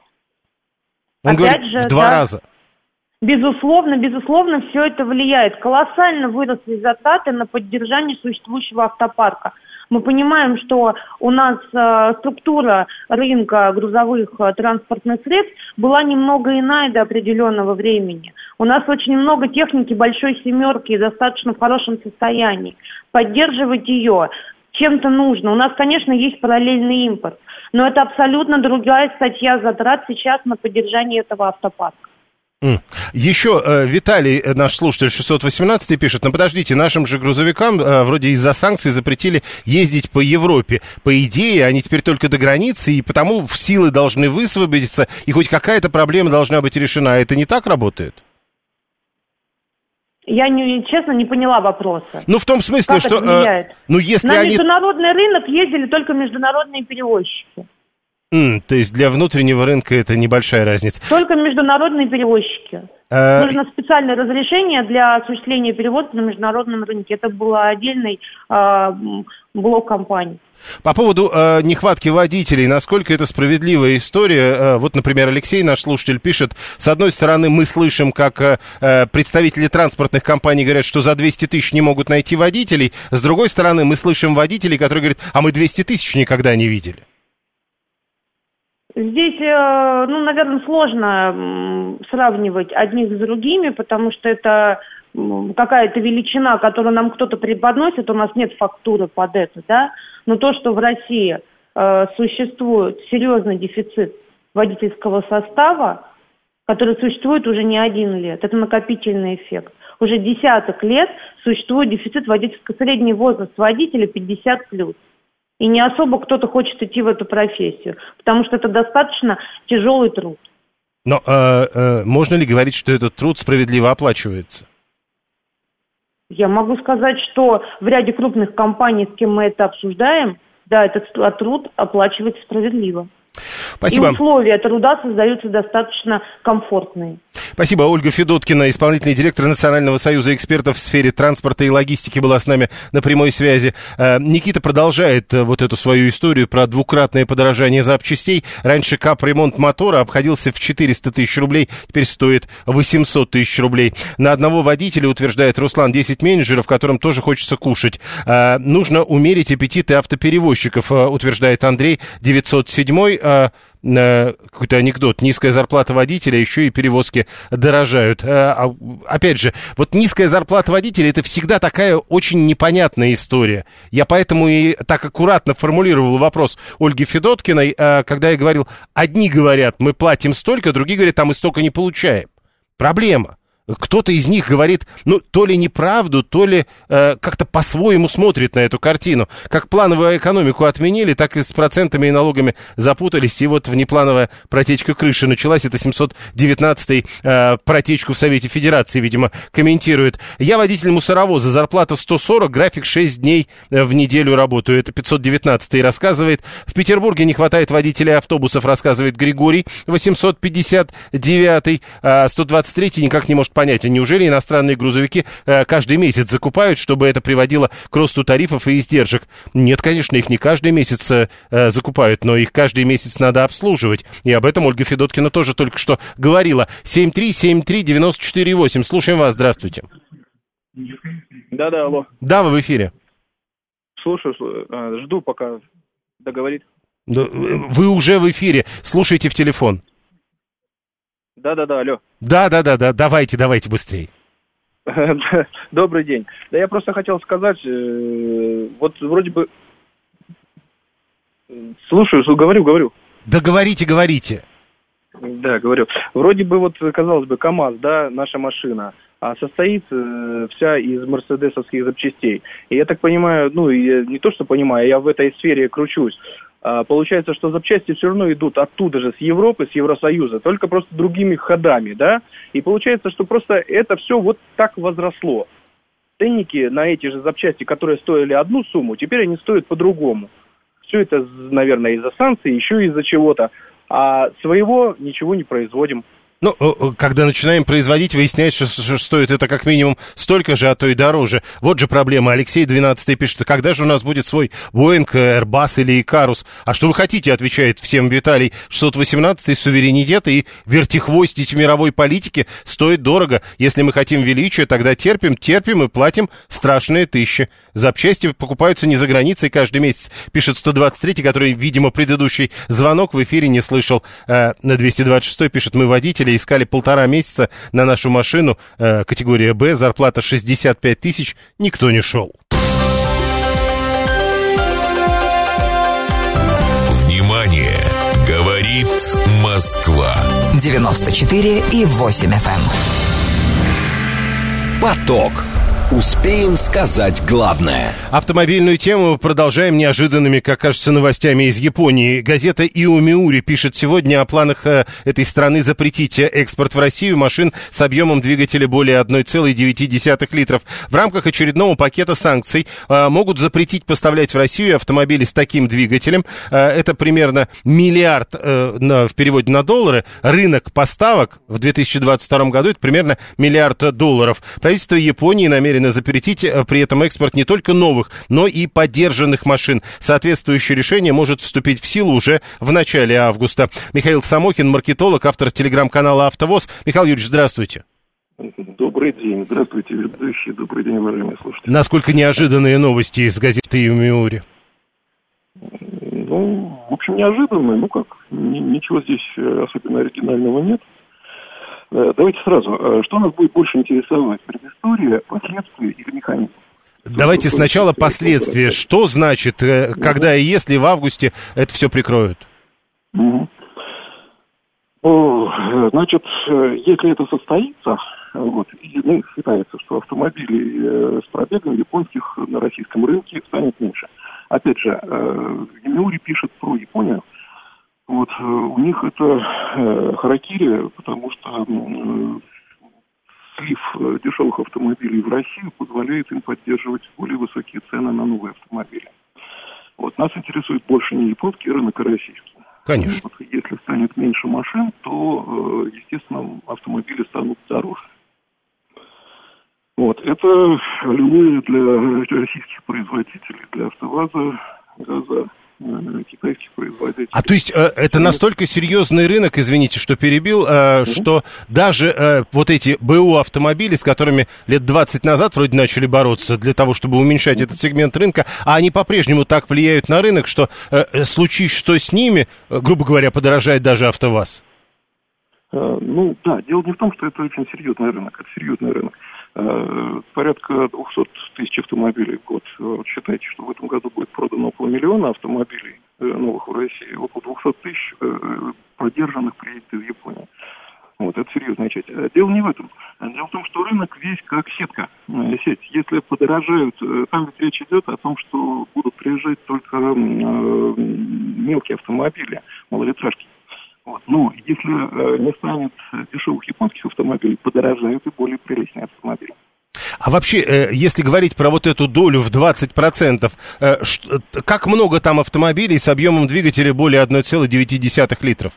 Он
Опять
говорит,
же,
в два
да,
раза.
Безусловно, безусловно, все это влияет. Колоссально выросли затраты на поддержание существующего автопарка. Мы понимаем, что у нас э, структура рынка грузовых э, транспортных средств была немного иная до определенного времени. У нас очень много техники большой семерки и достаточно в хорошем состоянии. Поддерживать ее чем-то нужно. У нас, конечно, есть параллельный импорт, но это абсолютно другая статья затрат сейчас на поддержание этого автопарка.
Еще э, Виталий, наш слушатель шестьсот восемнадцать, пишет, ну подождите, нашим же грузовикам э, вроде из-за санкций запретили ездить по Европе. По идее, они теперь только до границы, и потому силы должны высвободиться, и хоть какая-то проблема должна быть решена. Это не так работает?
Я, не, честно, не поняла вопроса.
Ну, в том смысле,
как
что...
это влияет?
Э, ну, если
На
они...
международный рынок ездили только международные перевозчики.
Mm, то есть для внутреннего рынка это небольшая разница.
Только международные перевозчики.
А...
Нужно специальное разрешение для осуществления перевозки на международном рынке. Это был отдельный э, блок компаний.
По поводу э, нехватки водителей, насколько это справедливая история? Э, вот, например, Алексей, наш слушатель, пишет, с одной стороны, мы слышим, как э, представители транспортных компаний говорят, что за двести тысяч не могут найти водителей. С другой стороны, мы слышим водителей, которые говорят, а мы двести тысяч никогда не видели.
Здесь, ну, наверное, сложно сравнивать одних с другими, потому что это какая-то величина, которую нам кто-то преподносит, у нас нет фактуры под это, да, но то, что в России э, существует серьезный дефицит водительского состава, который существует уже не один лет, это накопительный эффект. Уже десяток лет существует дефицит водительского, средний возраст водителя пятьдесят плюс. И не особо кто-то хочет идти в эту профессию, потому что это достаточно тяжелый труд.
Но э, э, можно ли говорить, что этот труд справедливо оплачивается?
Я могу сказать, что в ряде крупных компаний, с кем мы это обсуждаем, да, этот труд оплачивается справедливо.
Спасибо.
И условия труда создаются достаточно комфортные.
Спасибо. Ольга Федоткина, исполнительный директор Национального союза экспертов в сфере транспорта и логистики, была с нами на прямой связи. Никита продолжает вот эту свою историю про двукратное подорожание запчастей. Раньше капремонт мотора обходился в четыреста тысяч рублей, теперь стоит восемьсот тысяч рублей. На одного водителя, утверждает Руслан, десять менеджеров, которым тоже хочется кушать. Нужно умерить аппетиты автоперевозчиков, утверждает Андрей, девятьсот седьмой. Какой-то анекдот. Низкая зарплата водителя, еще и перевозки дорожают. А, опять же, вот низкая зарплата водителя — это всегда такая очень непонятная история. Я поэтому и так аккуратно формулировал вопрос Ольги Федоткиной, когда я говорил, одни говорят, мы платим столько, другие говорят, а мы столько не получаем. Проблема. Кто-то из них говорит, ну, то ли неправду, то ли э, как-то по-своему смотрит на эту картину. Как плановую экономику отменили, так и с процентами и налогами запутались. И вот внеплановая протечка крыши началась. Это семьсот девятнадцатый э, протечку в Совете Федерации, видимо, комментирует. Я водитель мусоровоза, зарплата сто сорок, график шесть дней в неделю работаю. Это пятьсот девятнадцатый рассказывает. В Петербурге не хватает водителей автобусов, рассказывает Григорий. восемьсот пятьдесят девятый, э, сто двадцать третий никак не может понять, а неужели иностранные грузовики э, каждый месяц закупают, чтобы это приводило к росту тарифов и издержек? Нет, конечно, их не каждый месяц э, закупают, но их каждый месяц надо обслуживать. И об этом Ольга Федоткина тоже только что говорила. семь три семь три девять четыре восемь. Слушаем вас, здравствуйте.
Да-да, алло.
Да, вы в эфире.
Слушаю, жду, пока договорит.
Вы уже в эфире, слушайте в телефон.
Да-да-да, алло.
Да-да-да, давайте, давайте быстрее.
Добрый день. Да я просто хотел сказать, вот вроде бы... Слушаю, говорю, говорю.
Да говорите, говорите.
Да, говорю. Вроде бы вот, казалось бы, КАМАЗ, да, наша машина, а состоит вся из мерседесовских запчастей. И я так понимаю, ну, и не то, что понимаю, я в этой сфере кручусь. Получается, что запчасти все равно идут оттуда же, с Европы, с Евросоюза, только просто другими ходами, да? И получается, что просто это все вот так возросло. Ценники на эти же запчасти, которые стоили одну сумму, теперь они стоят по-другому. Все это, наверное, из-за санкций, еще из-за чего-то. А своего ничего не производим.
Ну, когда начинаем производить, выясняется, что стоит это как минимум столько же, а то и дороже. Вот же проблема. Алексей двенадцатый пишет, когда же у нас будет свой Boeing, Airbus или Икарус? А что вы хотите, отвечает всем Виталий. шестьсот восемнадцатый суверенитет и вертихвостить мировой политики стоит дорого. Если мы хотим величия, тогда терпим, терпим и платим страшные тысячи. Запчасти покупаются не за границей каждый месяц, пишет сто двадцать третий, который, видимо, предыдущий звонок в эфире не слышал. На двести двадцать шестой пишет, мы водители искали полтора месяца на нашу машину, э, категория Б, зарплата шестьдесят пять тысяч, никто не шел.
Внимание! Говорит Москва.
девяносто четыре и восемь эф эм.
Поток. Успеем сказать главное.
Автомобильную тему продолжаем неожиданными, как кажется, новостями из Японии. Газета Иомиури пишет сегодня о планах э, этой страны запретить экспорт в Россию машин с объемом двигателя более одна целая девять десятых литров. В рамках очередного пакета санкций э, могут запретить поставлять в Россию автомобили с таким двигателем. Э, это примерно миллиард э, на, в переводе на доллары. Рынок поставок в две тысячи двадцать втором году это примерно миллиард долларов. Правительство Японии намерено запретить при этом экспорт не только новых, но и подержанных машин. Соответствующее решение может вступить в силу уже в начале августа. Михаил Самохин, маркетолог, автор телеграм-канала «АвтоВоз». Михаил Юрьевич, здравствуйте.
Добрый день. Здравствуйте, ведущие. Добрый день, уважаемые слушатели.
Насколько неожиданные новости из газеты Иомиури?
Ну, в общем, неожиданные. Ну как, ничего здесь особенно оригинального нет. Давайте сразу. Что нас будет больше интересовать? Предыстория, последствия или механизм?
Давайте сначала последствия. Что значит, когда и если в августе это все прикроют?
Угу. Значит, если это состоится, вот, и, ну, считается, что автомобилей с пробегом японских на российском рынке станет меньше. Опять же, Иомиури пишет про Японию. Вот, у них это э, харакири, потому что э, слив дешевых автомобилей в Россию позволяет им поддерживать более высокие цены на новые автомобили. Вот, нас интересует больше не японский рынок, а российский.
Конечно.
Вот, если станет меньше больше машин, то, естественно, автомобили станут дороже. Вот, это аллилуйя для российских производителей, для АвтоВАЗа, ГАЗа, китайских производителей.
А то есть это настолько серьезный рынок, извините, что перебил, mm-hmm. что даже вот эти БУ автомобили, с которыми лет двадцать назад вроде начали бороться для того, чтобы уменьшать mm-hmm. этот сегмент рынка, а они по-прежнему так влияют на рынок, что случись что с ними, грубо говоря, подорожает даже АвтоВАЗ.
Ну да, дело не в том, что это очень серьезный рынок, это серьезный рынок. Порядка двухсот тысяч автомобилей в год. Вот считайте, что в этом году будет продано около миллиона автомобилей новых в России. Около двухсот тысяч продержанных приедет из Японии. Вот, это серьезная часть. Дело не в этом. Дело в том, что рынок весь как сетка, сеть. Если подорожают, там ведь речь идет о том, что будут приезжать только мелкие автомобили, малолитражки. Вот. Но если э, не станет дешевых японских автомобилей, подорожают и более приличные автомобили.
А вообще, э, если говорить про вот эту долю в двадцать процентов, э, ш, как много там автомобилей с объемом двигателя более одна целая девять десятых литров?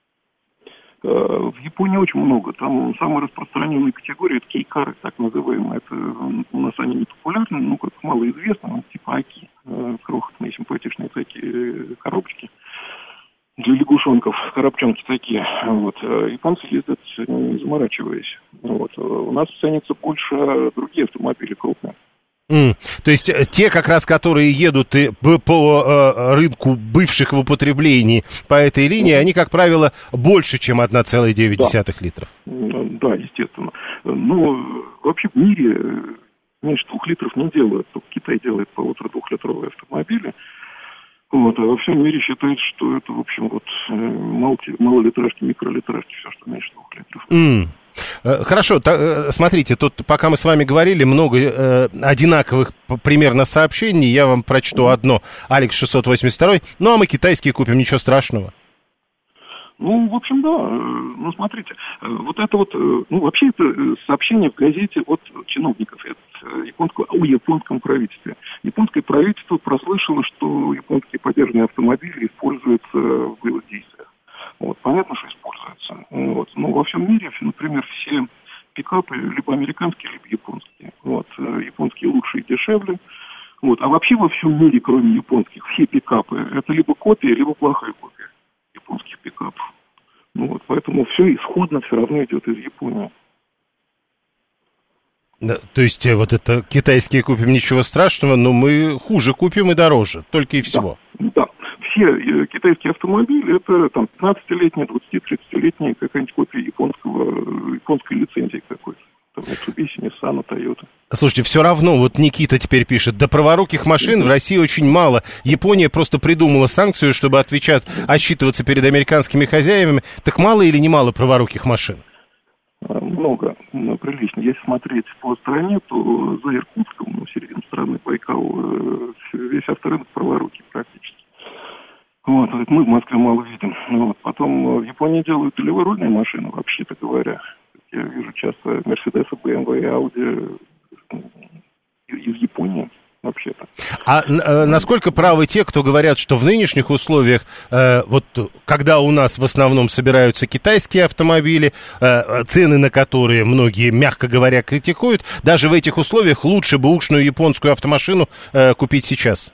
Э, в Японии очень много. Там самая распространенная категория — это кейкары, так называемые. Это у нас они не популярны, ну, как малоизвестно, типа аки, э, крохотные, симпатичные такие коробочки. Для лягушонков, коробчонки такие. Вот. Японцы ездят, не заморачиваясь. Вот. У нас ценятся больше другие автомобили крупные.
Mm. То есть те, как раз, которые едут и по э, рынку бывших в употреблении по этой линии, mm. они, как правило, больше, чем одна целая девять десятых литров.
Да, естественно. Но вообще в мире меньше двух литров не делают. Только Китай делает полутора-двухлитровые автомобили. Вот, а во всем мире считается, что это, в общем, вот малолитражки, микролитражки, все, что меньше двух литров.
Mm. Хорошо, та, смотрите, тут пока мы с вами говорили, много э, одинаковых примерно сообщений, я вам прочту mm. одно. Алекс шестьсот восемьдесят два, ну а мы китайские купим, ничего страшного.
Ну, в общем, да. Ну, смотрите, вот это вот, ну, вообще это сообщение в газете от чиновников, это японского, о японском правительстве. Японское правительство прослышало, что японские подержанные автомобили используются в боевых действиях. Вот, понятно, что используются. Вот. Но во всем мире, например, все пикапы либо американские, либо японские. Вот. Японские лучше и дешевле. Вот. А вообще во всем мире, кроме японских, все пикапы это либо копия, либо плохая копия японских пикапов. Ну вот, поэтому все исходно все равно идет из Японии.
Да, то есть вот это китайские купим, ничего страшного, но мы хуже купим и дороже, только и всего.
Да, да. Все э, китайские автомобили это там пятнадцатилетние, двадцати-тридцатилетние какая-нибудь копия японского, японской лицензии какой-то. Mitsubishi, Nissan, Toyota.
Слушайте, все равно, вот Никита теперь пишет, да праворуких машин в России очень мало. Япония просто придумала санкцию, чтобы отвечать, отчитываться перед американскими хозяевами. Так мало или не мало праворуких машин?
Много, прилично. Если смотреть по стране, то за Иркутском, ну, середину страны, Байкал, весь авторынок праворукий практически. Вот, мы в Москве мало видим. Вот. Потом в Японии делают леворульные машины, вообще-то говоря. Я вижу часто Мерседесы, бэ эм вэ и Ауди из Японии вообще-то.
А э, насколько правы те, кто говорят, что в нынешних условиях, э, вот когда у нас в основном собираются китайские автомобили, э, цены на которые многие, мягко говоря, критикуют, даже в этих условиях лучше бэушную японскую автомашину э, купить сейчас?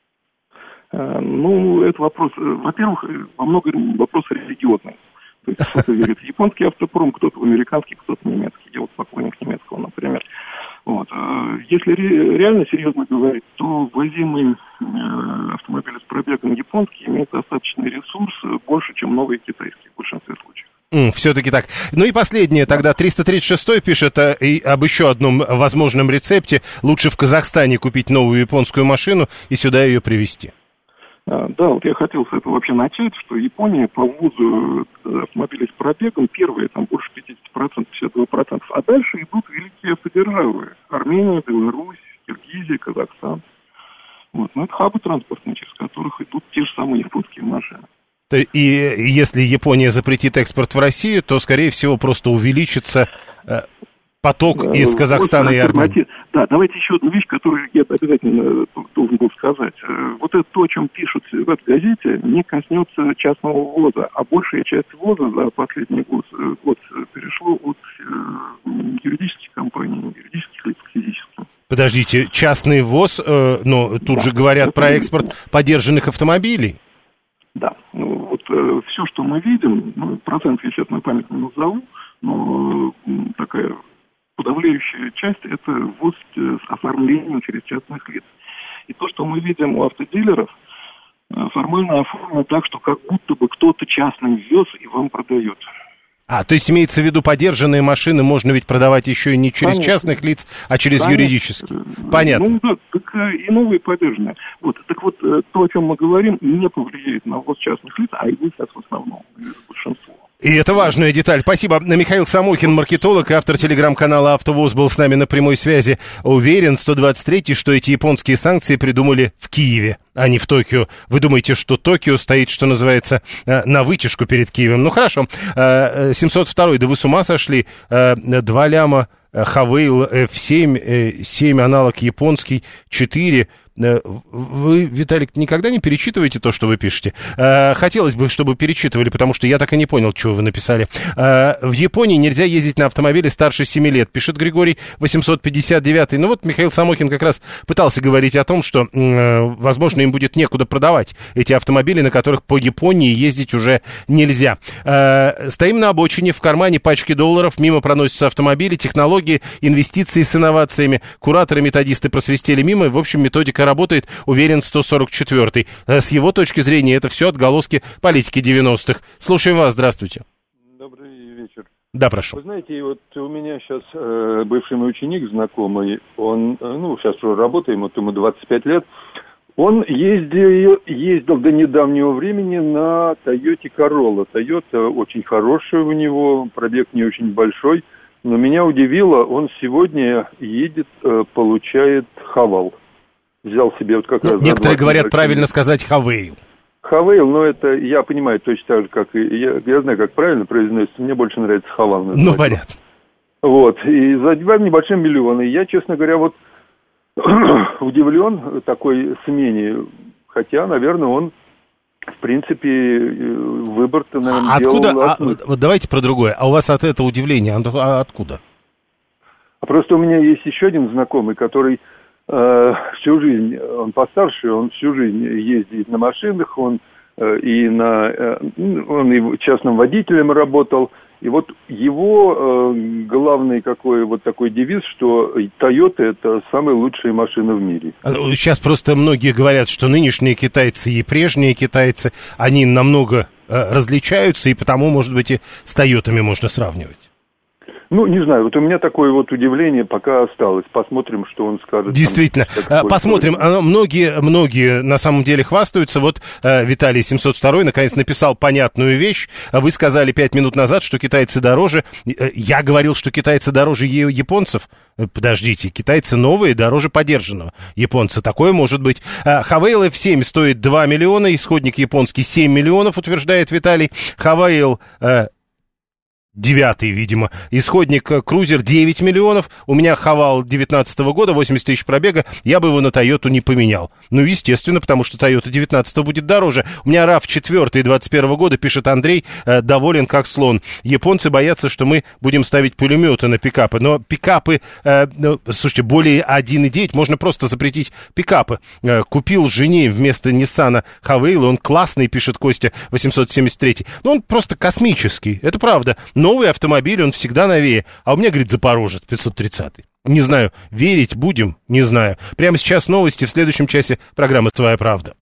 Э, ну, это вопрос, во-первых, во многом вопрос религиозный. То есть кто-то верит в японский автопром, кто-то в американский, кто-то в немецкий. Я вот поклонник немецкого, например. Вот. Если ре- реально серьезно говорить, то ввозимые э, автомобили с пробегом японские имеют достаточный ресурс больше, чем новые китайские в большинстве случаев.
Mm, все-таки так. Ну и последнее, тогда триста тридцать шестой пишет а, и об еще одном возможном рецепте. Лучше в Казахстане купить новую японскую машину и сюда ее привезти.
Да, вот я хотел с этого вообще начать, что Япония по ввозу автомобилей с пробегом первые, там больше пятьдесят процентов, пятьдесят два процента, а дальше идут великие автодержавы. Армения, Беларусь, Киргизия, Казахстан. Вот. Но это хабы транспортные, через которых идут те же самые японские машины.
И если Япония запретит экспорт в Россию, то, скорее всего, просто увеличится Поток из Казахстана и Армении.
Да, давайте еще одну вещь, которую я обязательно должен был сказать. Вот это то, о чем пишут в этой газете, не коснется частного ввоза, а большая часть ввоза за последний год, год перешло от юридических компаний, юридических лиц к физическим.
Подождите, частный ввоз, э, но тут да, же говорят про экспорт подержанных автомобилей.
Да, ну вот э, все, что мы видим, ну, процент я сейчас на память не назову, но э, такая подавляющая часть – это ввоз с оформлением через частных лиц. И то, что мы видим у автодилеров, э, формально оформлено так, что как будто бы кто-то частный ввез и вам продает.
А, то есть имеется в виду, подержанные машины можно ведь продавать еще и не через Конечно. частных лиц, а через Конечно. юридические. Понятно.
Ну да, так и новые подержанные. Вот, так вот, то, о чем мы говорим, не повлияет на ввоз частных лиц, а его сейчас в основном большинство.
И это важная деталь. Спасибо. Михаил Самохин, маркетолог, автор телеграм-канала «АвтоВоз», был с нами на прямой связи. Уверен, сто двадцать третий, что эти японские санкции придумали в Киеве, а не в Токио. Вы думаете, что Токио стоит, что называется, на вытяжку перед Киевом? Ну, хорошо. семьсот второй, да вы с ума сошли? Два ляма, Хавейл эф семь, семь аналог японский, четыре. Вы, Виталик, никогда не перечитываете то, что вы пишете? Хотелось бы, чтобы перечитывали, потому что я так и не понял, что вы написали. В Японии нельзя ездить на автомобиле старше семи лет, пишет Григорий восемьсот пятьдесят девятый. Ну вот Михаил Самохин как раз пытался говорить о том, что, возможно, им будет некуда продавать эти автомобили, на которых по Японии ездить уже нельзя. Стоим на обочине, в кармане пачки долларов, мимо проносятся автомобили, технологии, инвестиции с инновациями. Кураторы, методисты просвистели мимо, в общем, методика работает, уверен, сто сорок четвёртый. С его точки зрения это все отголоски политики девяностых. Слушаем вас, здравствуйте.
Добрый вечер.
Да, прошу.
Вы знаете, вот у меня сейчас э, бывший мой ученик знакомый, он, ну, сейчас уже работаем, вот ему двадцать пять лет, он ездил, ездил до недавнего времени на Toyota Corolla. Toyota очень хорошая у него, пробег не очень большой, но меня удивило, он сегодня едет, э, получает Haval. Взял себе вот как ну, раз...
Некоторые говорят правильно сказать Хавейл.
Хавейл, но это я понимаю точно так же, как и... Я, я знаю, как правильно произносится, мне больше нравится Хавал.
Ну, понятно.
Вот, и за два небольшие миллиона. И я, честно говоря, вот удивлен такой смене. Хотя, наверное, он, в принципе, выбор-то, наверное,
а
делал...
Откуда? А, вот давайте про другое. А у вас от этого удивления, а откуда?
А просто у меня есть еще один знакомый, который... всю жизнь, он постарше, он всю жизнь ездит на машинах, он и на, он и частным водителем работал, и вот его главный какой вот такой девиз, что Toyota это самая лучшая машина в мире.
Сейчас просто многие говорят, что нынешние китайцы и прежние китайцы, они намного различаются, и потому, может быть, и с Тойотами можно сравнивать.
Ну, не знаю, вот у меня такое вот удивление пока осталось. Посмотрим, что он скажет.
Действительно, там, посмотрим. Многие, многие на самом деле хвастаются. Вот э, Виталий семьсот второй наконец написал понятную вещь. Вы сказали пять минут назад, что китайцы дороже. Я говорил, что китайцы дороже японцев. Подождите, китайцы новые, дороже подержанного японца. Такое может быть. Хавейл эф семь стоит два миллиона, исходник японский семь миллионов, утверждает Виталий. Хавейл... Э, Девятый, видимо. Исходник Крузер девять миллионов. У меня Хавал девятнадцатого года, восемьдесят тысяч пробега. Я бы его на Тойоту не поменял. Ну, естественно, потому что Тойота девятнадцатого будет дороже. У меня рав четыре двадцать первого года, пишет Андрей, э, доволен как слон. Японцы боятся, что мы будем ставить пулеметы на пикапы. Но пикапы, э, ну, слушайте, более один и девять, можно просто запретить пикапы. Э, купил жене вместо Ниссана Хавейл, он классный, пишет Костя восемьсот семьдесят третий. Но он просто космический, это правда. Новый автомобиль, он всегда новее. А у меня, говорит, Запорожец пятьсот тридцатый. Не знаю, верить будем, не знаю. Прямо сейчас новости, в следующем часе программа «Своя правда».